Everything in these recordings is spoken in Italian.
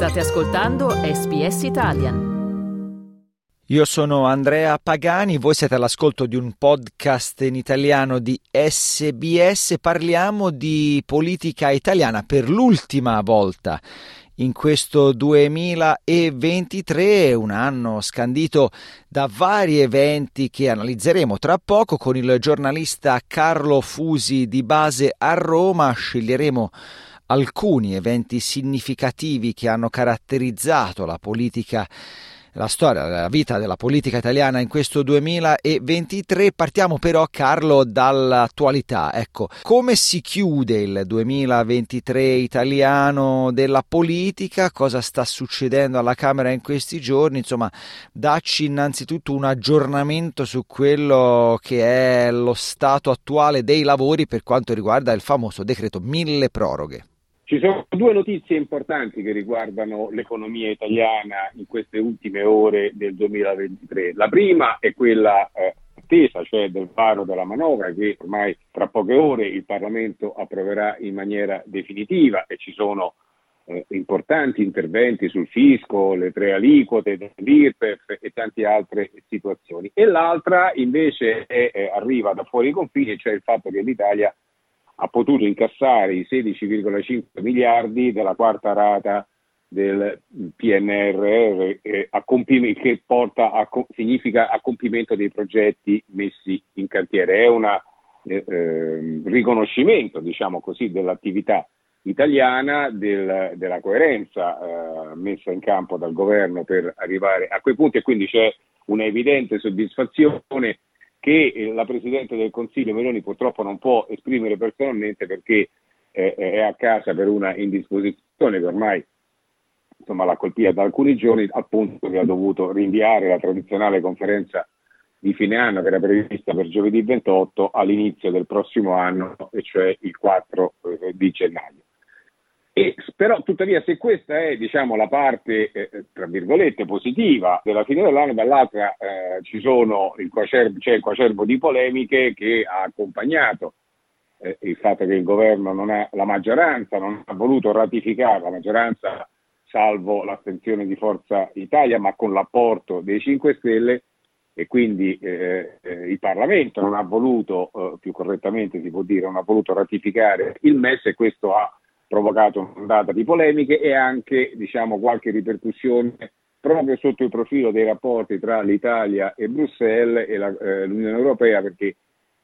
State ascoltando SBS Italian. Io sono Andrea Pagani, voi siete all'ascolto di un podcast in italiano di SBS. Parliamo di politica italiana per l'ultima volta in questo 2023, un anno scandito da vari eventi che analizzeremo tra poco con il giornalista Carlo Fusi di base a Roma. Sceglieremo alcuni eventi significativi che hanno caratterizzato la politica, la storia, la vita della politica italiana in questo 2023. Partiamo però, Carlo, dall'attualità. Ecco, come si chiude il 2023 italiano della politica? Cosa sta succedendo alla Camera in questi giorni? Insomma, dacci innanzitutto un aggiornamento su quello che è lo stato attuale dei lavori per quanto riguarda il famoso decreto mille proroghe. Ci sono due notizie importanti che riguardano l'economia italiana in queste ultime ore del 2023. La prima è quella attesa, cioè del varo della manovra, che ormai tra poche ore il Parlamento approverà in maniera definitiva, e ci sono importanti interventi sul fisco, le 3 aliquote dell'IRPEF e tante altre situazioni. E l'altra invece arriva da fuori i confini, cioè il fatto che l'Italia ha potuto incassare i 16,5 miliardi della quarta rata del PNRR, che significa a compimento dei progetti messi in cantiere. È un riconoscimento, diciamo così, dell'attività italiana, della coerenza messa in campo dal governo per arrivare a quei punti, e quindi c'è una evidente soddisfazione che la Presidente del Consiglio Meloni purtroppo non può esprimere personalmente, perché è a casa per una indisposizione che ormai l'ha colpita da alcuni giorni, al punto che ha dovuto rinviare la tradizionale conferenza di fine anno, che era prevista per giovedì 28, all'inizio del prossimo anno, e cioè il 4 di gennaio. Però tuttavia, se questa è la parte tra virgolette positiva della fine dell'anno, dall'altra c'è il coacervo di polemiche che ha accompagnato il fatto che il governo la maggioranza non ha voluto ratificare, la maggioranza salvo l'astensione di Forza Italia, ma con l'apporto dei 5 Stelle, e quindi il Parlamento non ha voluto, più correttamente si può dire, non ha voluto ratificare il MES, e questo ha provocato un'ondata di polemiche e anche qualche ripercussione proprio sotto il profilo dei rapporti tra l'Italia e Bruxelles e l'Unione Europea, perché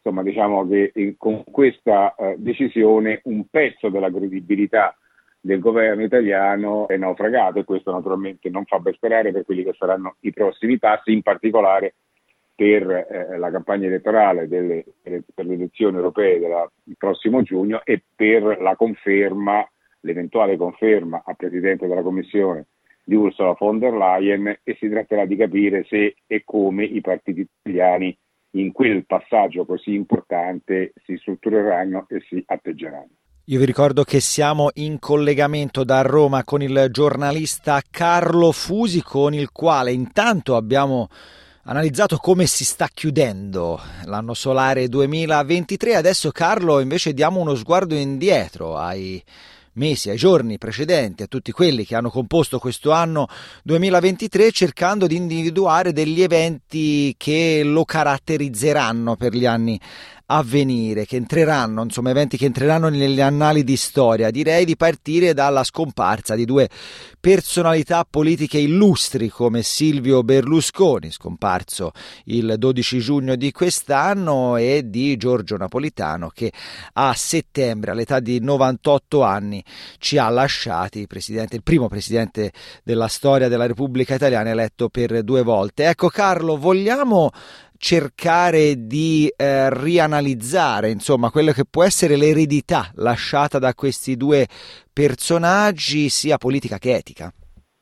che con questa decisione un pezzo della credibilità del governo italiano è naufragato, e questo naturalmente non fa ben sperare per quelli che saranno i prossimi passi, in particolare per la campagna elettorale per le elezioni europee del prossimo giugno, e per l'eventuale conferma a Presidente della Commissione di Ursula von der Leyen, e si tratterà di capire se e come i partiti italiani in quel passaggio così importante si struttureranno e si atteggeranno. Io vi ricordo che siamo in collegamento da Roma con il giornalista Carlo Fusi, con il quale intanto abbiamo analizzato come si sta chiudendo l'anno solare 2023. Adesso, Carlo, invece diamo uno sguardo indietro ai mesi, ai giorni precedenti, a tutti quelli che hanno composto questo anno 2023, cercando di individuare degli eventi che lo caratterizzeranno per gli anni a venire, che entreranno, eventi che entreranno nelle annali di storia. Direi di partire dalla scomparsa di 2 personalità politiche illustri come Silvio Berlusconi, scomparso il 12 giugno di quest'anno, e di Giorgio Napolitano, che a settembre, all'età di 98 anni, ci ha lasciati, il primo presidente della storia della Repubblica Italiana, eletto per 2 volte. Ecco, Carlo, vogliamo cercare di rianalizzare quello che può essere l'eredità lasciata da questi 2 personaggi, sia politica che etica?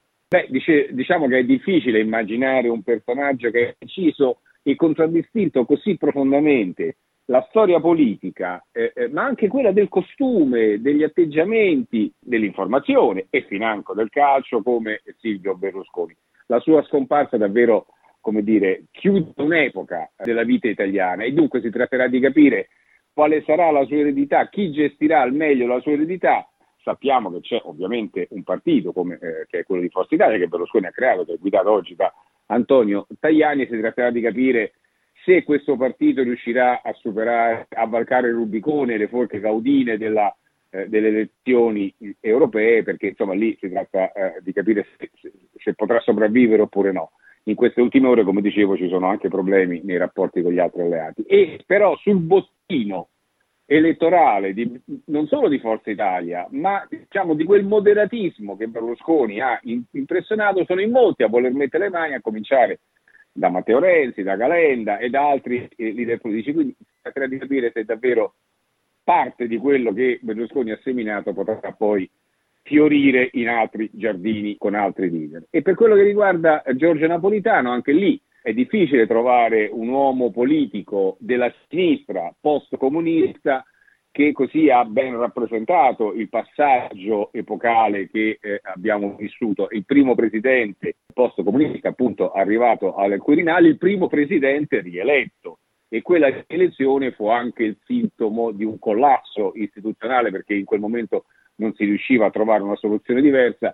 Diciamo che è difficile immaginare un personaggio che ha inciso e contraddistinto così profondamente la storia politica, ma anche quella del costume, degli atteggiamenti, dell'informazione e financo del calcio, come Silvio Berlusconi. La sua scomparsa davvero, chiude un'epoca della vita italiana, e dunque si tratterà di capire quale sarà la sua eredità, chi gestirà al meglio la sua eredità, sappiamo che c'è ovviamente un partito come che è quello di Forza Italia, che Berlusconi ha creato, che è guidato oggi da Antonio Tajani, e si tratterà di capire se questo partito riuscirà a superare, a varcare il Rubicone e le forche caudine delle elezioni europee, perché insomma lì si tratta di capire se potrà sopravvivere oppure no. In queste ultime ore, come dicevo, ci sono anche problemi nei rapporti con gli altri alleati. E però sul bottino elettorale non solo di Forza Italia, ma diciamo di quel moderatismo che Berlusconi ha impressionato, sono in molti a voler mettere le mani, a cominciare da Matteo Renzi, da Calenda e da altri leader politici. Quindi si tratterà di capire se davvero parte di quello che Berlusconi ha seminato potrà poi fiorire in altri giardini con altri leader. E per quello che riguarda Giorgio Napolitano, anche lì è difficile trovare un uomo politico della sinistra post-comunista che così ha ben rappresentato il passaggio epocale che abbiamo vissuto. Il primo presidente post-comunista, appunto, arrivato al Quirinale, il primo presidente rieletto. E quella elezione fu anche il sintomo di un collasso istituzionale, perché in quel momento non si riusciva a trovare una soluzione diversa.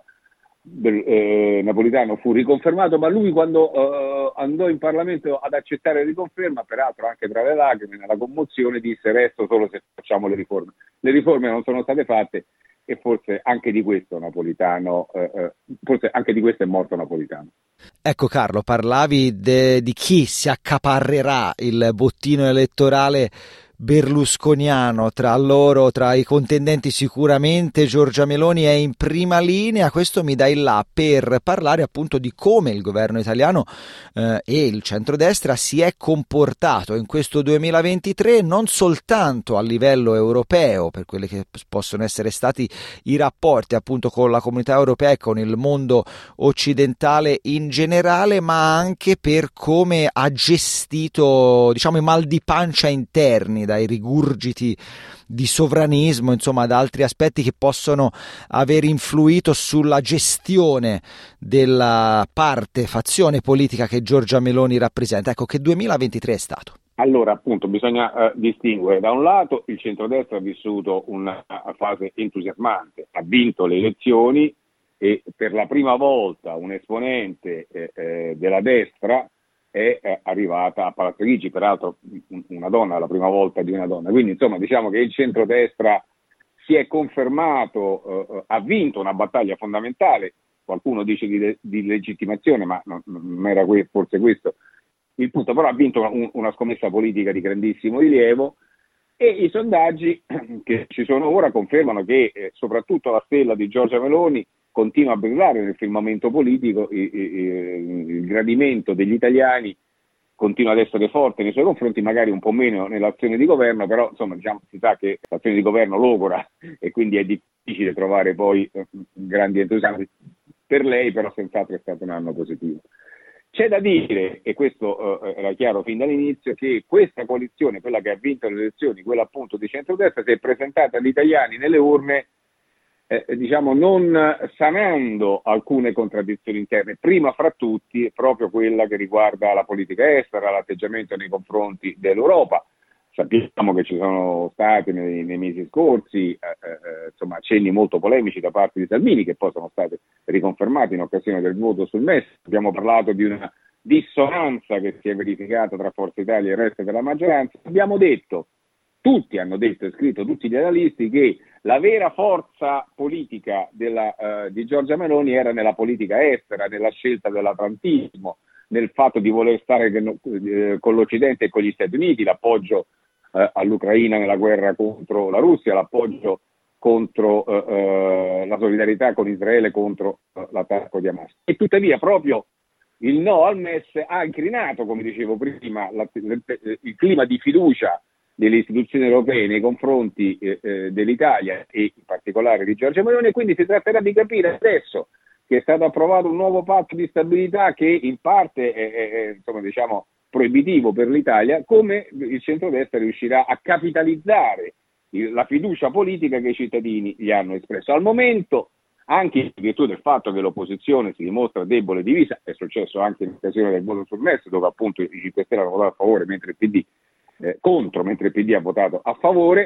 Napolitano fu riconfermato, ma lui quando andò in Parlamento ad accettare la riconferma, peraltro anche tra le lacrime, nella commozione, disse: resto solo se facciamo le riforme. Le riforme non sono state fatte e forse anche di questo Napolitano, forse anche di questo è morto Napolitano. Ecco Carlo, parlavi di chi si accaparrerà il bottino elettorale berlusconiano. Tra i contendenti sicuramente Giorgia Meloni è in prima linea. Questo mi dà il là per parlare appunto di come il governo italiano e il centrodestra si è comportato in questo 2023, non soltanto a livello europeo, per quelli che possono essere stati i rapporti appunto con la comunità europea e con il mondo occidentale in generale, ma anche per come ha gestito, diciamo, i mal di pancia interni, dai rigurgiti di sovranismo, insomma, da altri aspetti che possono aver influito sulla gestione della fazione politica che Giorgia Meloni rappresenta. Ecco, che 2023 è stato? Allora, appunto, bisogna distinguere. Da un lato il centrodestra ha vissuto una fase entusiasmante, ha vinto le elezioni e per la prima volta un esponente della destra è arrivata a Palazzo Chigi, peraltro una donna, la prima volta di una donna. Quindi insomma diciamo che il centrodestra si è confermato, ha vinto una battaglia fondamentale, qualcuno dice di legittimazione, ma non era forse questo il punto, però ha vinto una scommessa politica di grandissimo rilievo e i sondaggi che ci sono ora confermano che soprattutto la stella di Giorgia Meloni continua a brillare nel firmamento politico, il gradimento degli italiani continua ad essere forte nei suoi confronti, magari un po' meno nell'azione di governo, però insomma diciamo, si sa che l'azione di governo logora e quindi è difficile trovare poi grandi entusiasmi per lei, però senz'altro è stato un anno positivo. C'è da dire, e questo era chiaro fin dall'inizio, che questa coalizione, quella che ha vinto le elezioni, quella appunto di centrodestra, si è presentata agli italiani nelle urne diciamo non sanando alcune contraddizioni interne, prima fra tutti proprio quella che riguarda la politica estera, l'atteggiamento nei confronti dell'Europa. Sappiamo che ci sono stati nei mesi scorsi insomma accenni molto polemici da parte di Salvini, che poi sono stati riconfermati in occasione del voto sul MES. Abbiamo parlato di una dissonanza che si è verificata tra Forza Italia e il resto della maggioranza. Abbiamo detto, tutti hanno detto e scritto, tutti gli analisti, che la vera forza politica di Giorgia Meloni era nella politica estera, nella scelta dell'atlantismo, nel fatto di voler stare con l'Occidente e con gli Stati Uniti, l'appoggio all'Ucraina nella guerra contro la Russia, l'appoggio contro la solidarietà con Israele contro l'attacco di Hamas. E tuttavia proprio il no al MES ha incrinato, come dicevo prima, il clima di fiducia delle istituzioni europee nei confronti dell'Italia e in particolare di Giorgia Meloni, e quindi si tratterà di capire adesso che è stato approvato un nuovo patto di stabilità che in parte è insomma, diciamo, proibitivo per l'Italia, come il centrodestra riuscirà a capitalizzare la fiducia politica che i cittadini gli hanno espresso. Al momento, anche in virtù del fatto che l'opposizione si dimostra debole e divisa, è successo anche in occasione del voto sul MES, dove appunto i 5 Stelle hanno votato a favore mentre il PD mentre il PD ha votato a favore,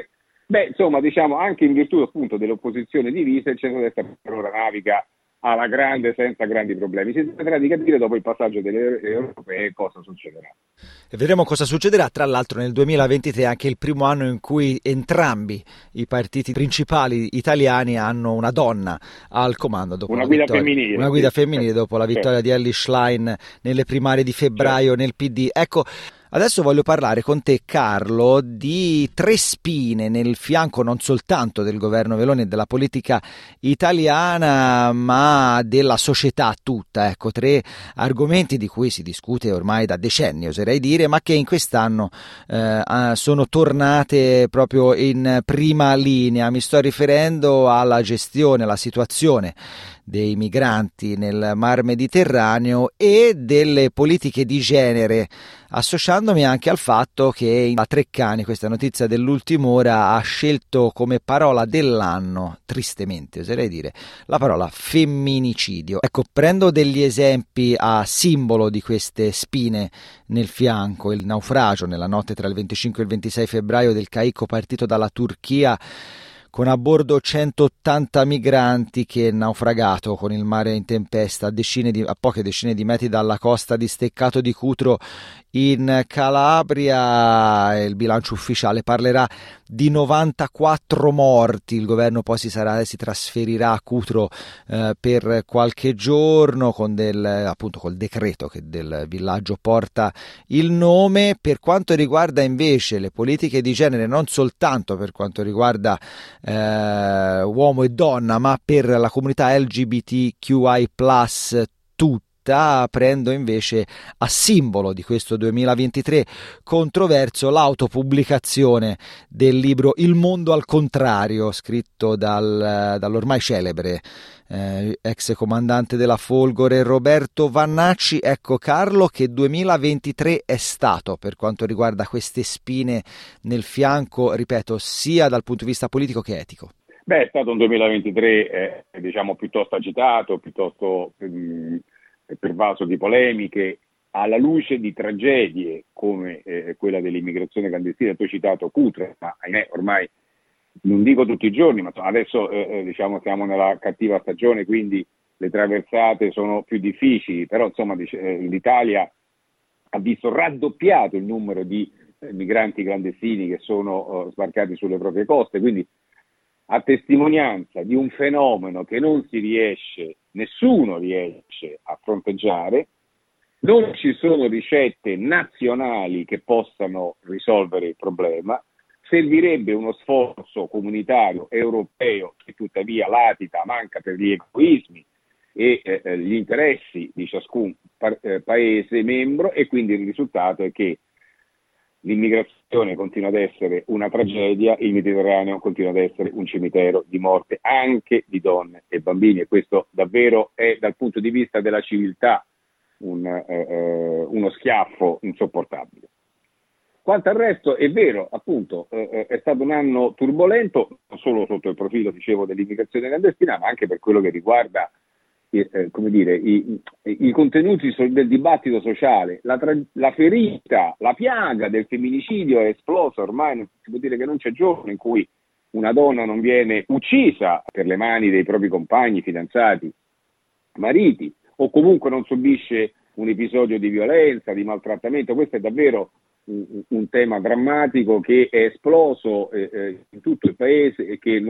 Beh, insomma, diciamo anche in virtù appunto dell'opposizione divisa, il centrodestra per ora naviga alla grande senza grandi problemi. Si tratterà di capire dopo il passaggio delle europee cosa succederà. E vedremo cosa succederà. Tra l'altro nel 2023 è anche il primo anno in cui entrambi i partiti principali italiani hanno una donna al comando dopo una guida femminile. Una guida femminile dopo la vittoria di Elly Schlein nelle primarie di febbraio nel PD. Ecco, adesso voglio parlare con te, Carlo, di 3 spine nel fianco non soltanto del governo Meloni e della politica italiana, ma della società tutta. Ecco, 3 argomenti di cui si discute ormai da decenni, oserei dire, ma che in quest'anno sono tornate proprio in prima linea. Mi sto riferendo alla gestione, alla situazione dei migranti nel Mar Mediterraneo e delle politiche di genere, associandomi anche al fatto che la Treccani, questa notizia dell'ultima ora, ha scelto come parola dell'anno, tristemente oserei dire, la parola femminicidio. Ecco, prendo degli esempi a simbolo di queste spine nel fianco: il naufragio nella notte tra il 25 e il 26 febbraio del Caicco partito dalla Turchia con a bordo 180 migranti, che naufragato con il mare in tempesta a poche decine di metri dalla costa di Steccato di Cutro in Calabria. Il bilancio ufficiale parlerà di 94 morti. Il governo poi si trasferirà a Cutro per qualche giorno con col decreto che del villaggio porta il nome. Per quanto riguarda invece le politiche di genere, non soltanto per quanto riguarda uomo e donna, ma per la comunità LGBTQI+, prendo invece a simbolo di questo 2023 controverso l'autopubblicazione del libro Il mondo al contrario, scritto dall'ormai celebre ex comandante della Folgore Roberto Vannacci. Ecco, Carlo, che 2023 è stato per quanto riguarda queste spine nel fianco, ripeto, sia dal punto di vista politico che etico? Beh, è stato un 2023 diciamo piuttosto agitato, piuttosto pervaso di polemiche, alla luce di tragedie come quella dell'immigrazione clandestina. Tu hai citato Cutro, ma ahimè ormai non dico tutti i giorni, ma adesso diciamo siamo nella cattiva stagione, quindi le traversate sono più difficili, però insomma l'Italia ha visto raddoppiato il numero di migranti clandestini che sono sbarcati sulle proprie coste, quindi a testimonianza di un fenomeno che nessuno riesce a fronteggiare. Non ci sono ricette nazionali che possano risolvere il problema, servirebbe uno sforzo comunitario europeo che tuttavia latita, manca per gli egoismi e gli interessi di ciascun paese membro, e quindi il risultato è che l'immigrazione continua ad essere una tragedia, il Mediterraneo continua ad essere un cimitero di morte anche di donne e bambini, e questo davvero è, dal punto di vista della civiltà, uno schiaffo insopportabile. Quanto al resto, è vero, appunto, è stato un anno turbolento, non solo sotto il profilo, dicevo, dell'immigrazione clandestina, ma anche per quello che riguarda i contenuti del dibattito sociale. La ferita, la piaga del femminicidio è esplosa, ormai non si può dire che non c'è giorno in cui una donna non viene uccisa per le mani dei propri compagni, fidanzati, mariti, o comunque non subisce un episodio di violenza, di maltrattamento. Questo è davvero un tema drammatico che è esploso in tutto il paese e che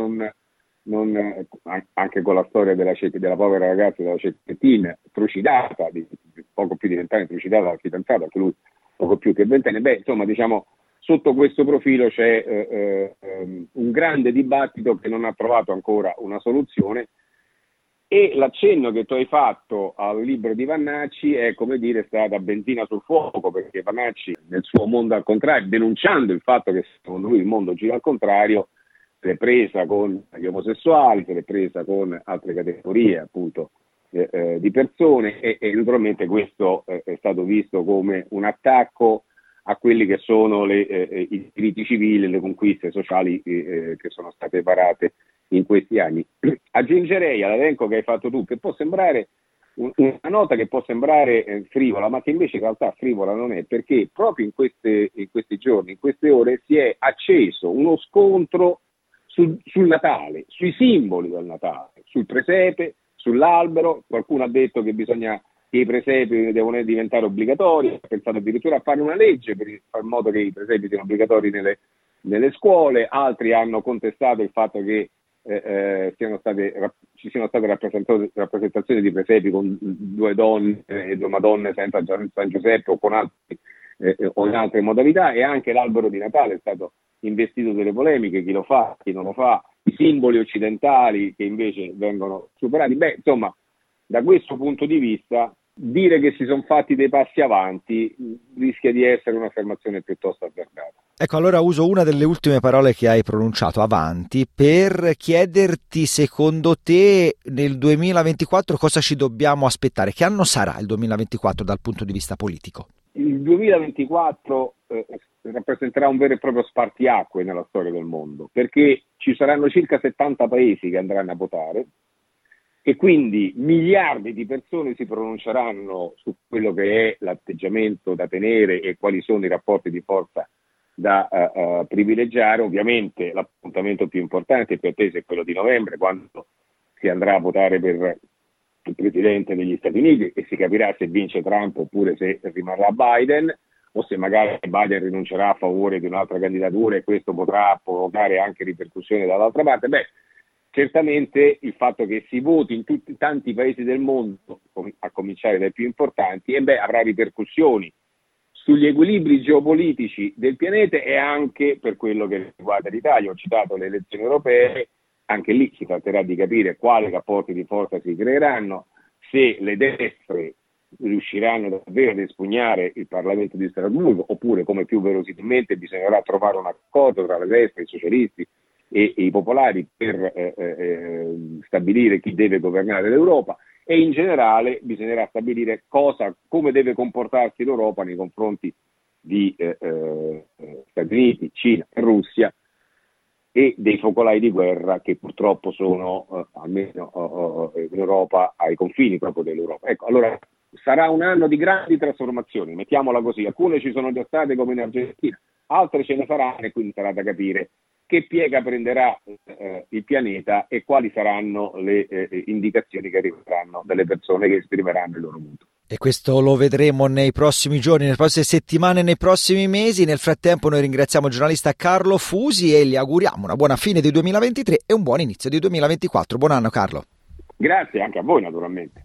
anche con la storia della povera ragazza della Cecchettin, trucidata, di poco più di 20 anni, trucidata dal fidanzato, anche lui poco più che 20 anni. Beh, insomma, diciamo, sotto questo profilo c'è un grande dibattito che non ha trovato ancora una soluzione, e l'accenno che tu hai fatto al libro di Vannacci è, come dire, stata benzina sul fuoco, perché Vannacci nel suo mondo al contrario, denunciando il fatto che secondo lui il mondo gira al contrario, se l'è presa con gli omosessuali, se l'è presa con altre categorie appunto di persone, e naturalmente questo è stato visto come un attacco a quelli che sono i diritti civili, le conquiste sociali che sono state varate in questi anni. Aggiungerei all'elenco che hai fatto tu, che può sembrare una nota che può sembrare frivola, ma che invece in realtà frivola non è, perché proprio in questi giorni, in queste ore, si è acceso uno scontro sul Natale, sui simboli del Natale, sul presepe, sull'albero. Qualcuno ha detto che i presepi devono diventare obbligatori, ha pensato addirittura a fare una legge per far in modo che i presepi siano obbligatori nelle scuole. Altri hanno contestato il fatto che ci siano state rappresentazioni di presepi con 2 donne e 2 madonne senza San Giuseppe o in altre modalità, e anche l'albero di Natale è stato investito delle polemiche, chi lo fa, chi non lo fa, i simboli occidentali che invece vengono superati. Insomma, da questo punto di vista, dire che si sono fatti dei passi avanti rischia di essere un'affermazione piuttosto azzardata. Ecco, allora uso una delle ultime parole che hai pronunciato, avanti, per chiederti, secondo te, nel 2024 cosa ci dobbiamo aspettare? Che anno sarà il 2024 dal punto di vista politico? Il 2024 rappresenterà un vero e proprio spartiacque nella storia del mondo, perché ci saranno circa 70 paesi che andranno a votare, e quindi miliardi di persone si pronunceranno su quello che è l'atteggiamento da tenere e quali sono i rapporti di forza da privilegiare. Ovviamente l'appuntamento più importante e più atteso è quello di novembre, quando si andrà a votare per il presidente degli Stati Uniti e si capirà se vince Trump oppure se rimarrà Biden, o se magari Biden rinuncerà a favore di un'altra candidatura e questo potrà provocare anche ripercussioni dall'altra parte. Certamente il fatto che si voti in tanti paesi del mondo, a cominciare dai più importanti, avrà ripercussioni sugli equilibri geopolitici del pianeta e anche per quello che riguarda l'Italia. Ho citato le elezioni europee, anche lì si tratterà di capire quali rapporti di forza si creeranno, se le destre riusciranno davvero ad espugnare il Parlamento di Strasburgo, oppure, come più verosimilmente, bisognerà trovare un accordo tra le destre, i socialisti e i popolari per stabilire chi deve governare l'Europa, e in generale bisognerà stabilire come deve comportarsi l'Europa nei confronti di Stati Uniti, Cina e Russia, e dei focolai di guerra che purtroppo sono almeno in Europa, ai confini proprio dell'Europa. Ecco, allora sarà un anno di grandi trasformazioni, mettiamola così. Alcune ci sono già state, come in Argentina, altre ce ne saranno, e quindi sarà da capire che piega prenderà il pianeta e quali saranno le indicazioni che arriveranno dalle persone che esprimeranno il loro voto. E questo lo vedremo nei prossimi giorni, nelle prossime settimane, nei prossimi mesi. Nel frattempo noi ringraziamo il giornalista Carlo Fusi e gli auguriamo una buona fine di 2023 e un buon inizio di 2024. Buon anno, Carlo. Grazie anche a voi, naturalmente.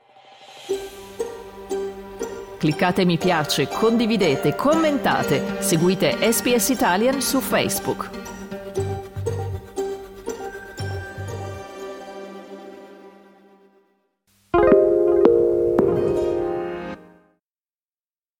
Cliccate mi piace, condividete, commentate, seguite SPS Italian su Facebook.